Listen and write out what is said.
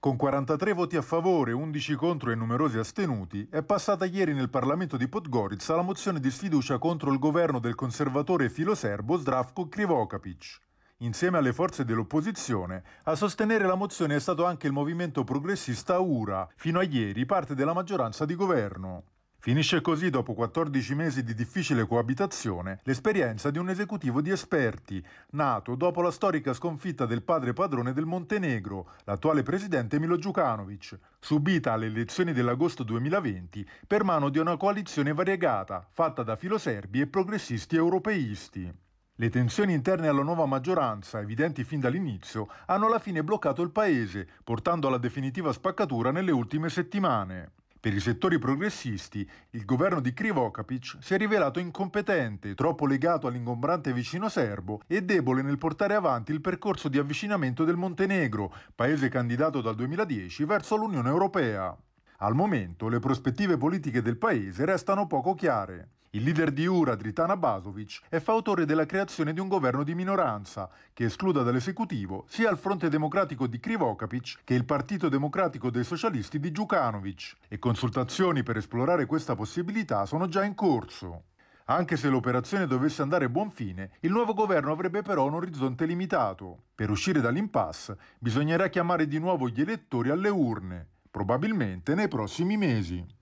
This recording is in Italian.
Con 43 voti a favore, 11 contro e numerosi astenuti, è passata ieri nel Parlamento di Podgorica la mozione di sfiducia contro il governo del conservatore filoserbo Zdravko Krivokapic. Insieme alle forze dell'opposizione, a sostenere la mozione è stato anche il movimento progressista URA, fino a ieri parte della maggioranza di governo. Finisce così, dopo 14 mesi di difficile coabitazione, l'esperienza di un esecutivo di esperti, nato dopo la storica sconfitta del padre padrone del Montenegro, l'attuale presidente Milo Djukanovic, subita alle elezioni dell'agosto 2020 per mano di una coalizione variegata, fatta da filoserbi e progressisti europeisti. Le tensioni interne alla nuova maggioranza, evidenti fin dall'inizio, hanno alla fine bloccato il paese, portando alla definitiva spaccatura nelle ultime settimane. Per i settori progressisti, il governo di Krivokapic si è rivelato incompetente, troppo legato all'ingombrante vicino serbo e debole nel portare avanti il percorso di avvicinamento del Montenegro, paese candidato dal 2010 verso l'Unione Europea. Al momento le prospettive politiche del paese restano poco chiare. Il leader di URA, Dritan Abasovic, è fautore della creazione di un governo di minoranza che escluda dall'esecutivo sia il Fronte Democratico di Krivokapic che il Partito Democratico dei Socialisti di Djukanovic, e consultazioni per esplorare questa possibilità sono già in corso. Anche se l'operazione dovesse andare a buon fine, il nuovo governo avrebbe però un orizzonte limitato. Per uscire dall'impasse bisognerà chiamare di nuovo gli elettori alle urne, probabilmente nei prossimi mesi.